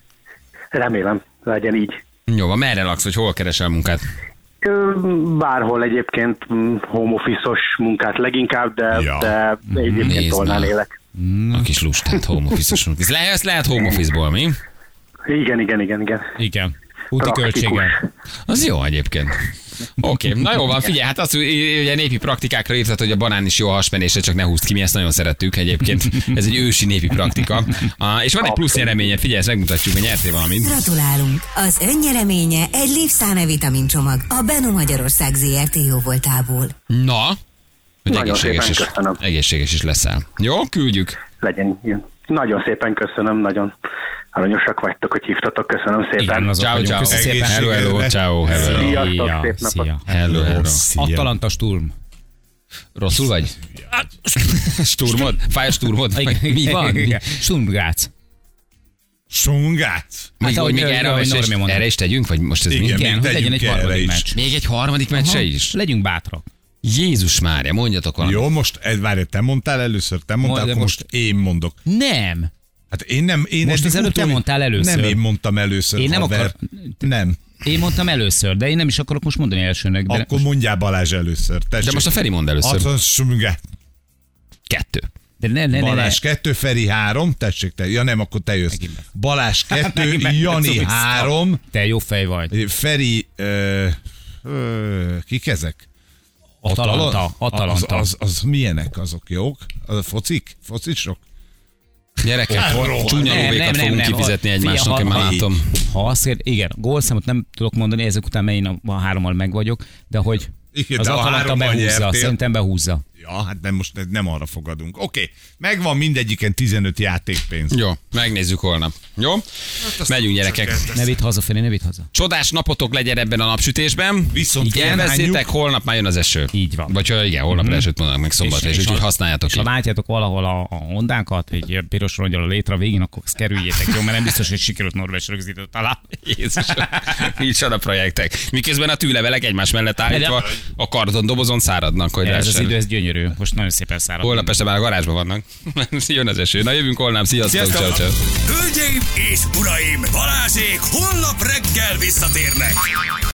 Remélem, legyen így. Jó, van, merre laksz, vagy hol keresel munkát? Ö, Bárhol egyébként mm, home office-os munkát leginkább, de, Ja. de egyébként Nézd tolnán már. élek. A kis lustát, home office-os munkát. Ez lehet, ezt lehet home office-ból, mi? Igen, igen, igen, igen. Igen. Úti Praktikus. költséggel. Az jó egyébként. Oké, okay. Na jó van, figyelj, hát azt ugye népi praktikákra írtad, hogy a banán is jó a hasmenésre, csak ne húzd ki, mi ezt nagyon szerettük egyébként. Ez egy ősi népi praktika. Ah, és van egy plusz nyereményed, figyelj, ezt megmutatjuk, hogy nyertél valamit. Gratulálunk! Az önnyereménye egy Livszáne vitamincsomag a Beno Magyarország zé er té jóvoltából. Na, hogy Nagyon egészséges szépen is, köszönöm. egészséges is leszel. Jó, küldjük. Legyen ilyen. Nagyon szépen köszönöm, nagyon aranyosak vagytok, hogy hívtatok, köszönöm szépen. Igen, azok Ciao, vagyunk. ciao. Köszi szépen. Hello, hello, ciao, hello. Sziasztok, Szia, szép napot. szia. Hello, hello. Szia. Atalanta Sturm. Rosszul vagy? Sturmod? Fáj a sturmod? Vagy mi van? Mi? Sturm Graz. Sungát? Még, Hát, hogy ahogy- még erre, ahogy erre, is, Normi mondta. erre is tegyünk, vagy most ez Igen, mi? még Igen, hogy legyen tegyünk egy erre harmadik is. meccs. Még egy harmadik meccse is? Legyünk bátrak. Jézus Mária, mondjatok valamit. Jó, most, eh, várj, te mondtál először, te mondtál, Majd, de akkor most, most- én mondok. Nem. Hát én nem, én Most eddig az előbb te utol- mondtál először. Nem én mondtam először, Én nem haver. akar- Nem. Én mondtam először, de én nem is akarok most mondani elsőnek. De Akkor mondjál Balázs először. Tessék. De most a Feri mond először. Atalanta Sungát. Kettő. de ne, ne, ne, ne. Balázs kettő, Feri három, tessék te. Ja nem, akkor te jössz. Megint be. Balázs kettő, Megint be- Jani vissza. három, Te jó fej vagy. Feri, ö, ö, kik ezek? Atalanta. Atalanta. Az, az, az milyenek azok, jók? A focik? Focisok? Gyerekek, rohadt. csúnya Nem, lóvékat nem, nem, fogunk nem. kifizetni Fia, egymásnak, én ha- már látom. Ha azt kér, igen, gólszámot nem tudok mondani, ezek után mert én a, a hárommal meg vagyok, de hogy Igen, az de a Atalanta hárommal behúzza, nyertél. szerintem behúzza. Ja, hát nem, most nem arra fogadunk. Oké, okay. Megvan mindegyiken tizenöt játékpénz. Jó, megnézzük holnap. Jó? Megyünk, gyerekek. Ne vidd haza, Feri, ne vidd haza. Csodás napotok legyen ebben a napsütésben. Viszont Élvezzétek, félhányjuk. holnap már jön az eső. Így van. Vagy hogy igen, holnap esőt mondanak meg szombatra, és, és úgyhogy ha- használjátok És ki. ha látjátok valahol a, a Hondánkat, egy ilyen piros rongyal a létre végén, akkor ezt kerüljétek, jó? Mert nem biztos, hogy sikerült Norvés rögzítőt talán. Jézus, micsoda projektek. Miközben a tűlevelek egymás mellett állítva a karton dobozon száradnak, hogy Ez az lehessen. idő, ez gyönyörű. Most nagyon szépen szárad. Holnap este már a garázsban vannak. Jön az eső. Na jövünk holnap, sziasztok, Sziasztok! ciao, ciao. Hölgyeim és uraim, Balázsék holnap reggel visszatérnek.